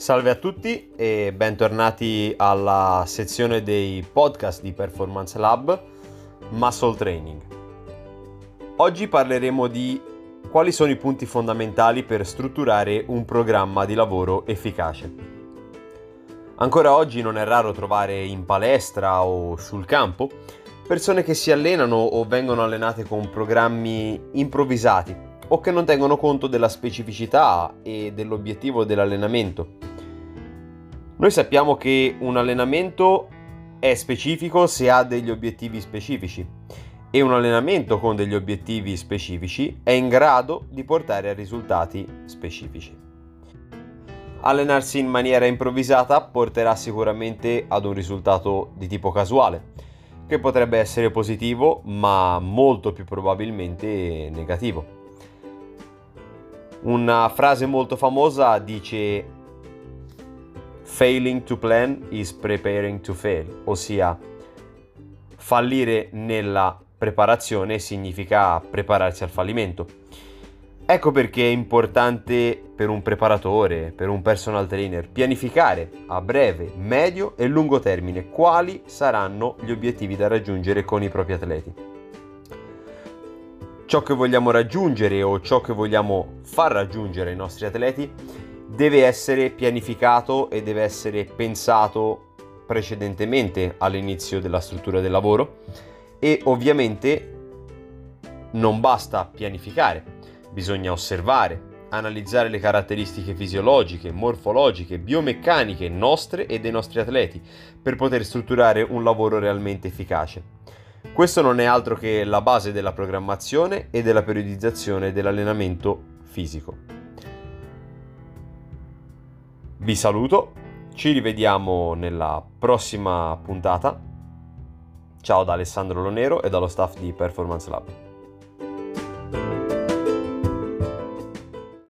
Salve a tutti e bentornati alla sezione dei podcast di Performance Lab Muscle Training. Oggi parleremo di quali sono i punti fondamentali per strutturare un programma di lavoro efficace. Ancora oggi non è raro trovare in palestra o sul campo persone che si allenano o vengono allenate con programmi improvvisati o che non tengono conto della specificità e dell'obiettivo dell'allenamento. Noi sappiamo che un allenamento è specifico se ha degli obiettivi specifici e un allenamento con degli obiettivi specifici è in grado di portare a risultati specifici. Allenarsi in maniera improvvisata porterà sicuramente ad un risultato di tipo casuale, che potrebbe essere positivo, ma molto più probabilmente negativo. Una frase molto famosa dice: "Failing to plan is preparing to fail", ossia fallire nella preparazione significa prepararsi al fallimento. Ecco perché è importante per un preparatore, per un personal trainer, pianificare a breve, medio e lungo termine quali saranno gli obiettivi da raggiungere con i propri atleti. Ciò che vogliamo raggiungere o ciò che vogliamo far raggiungere ai nostri atleti deve essere pianificato e deve essere pensato precedentemente all'inizio della struttura del lavoro e ovviamente non basta pianificare, bisogna osservare, analizzare le caratteristiche fisiologiche, morfologiche, biomeccaniche nostre e dei nostri atleti per poter strutturare un lavoro realmente efficace. Questo non è altro che la base della programmazione e della periodizzazione dell'allenamento fisico. Vi saluto, ci rivediamo nella prossima puntata. Ciao da Alessandro Lonero e dallo staff di Performance Lab.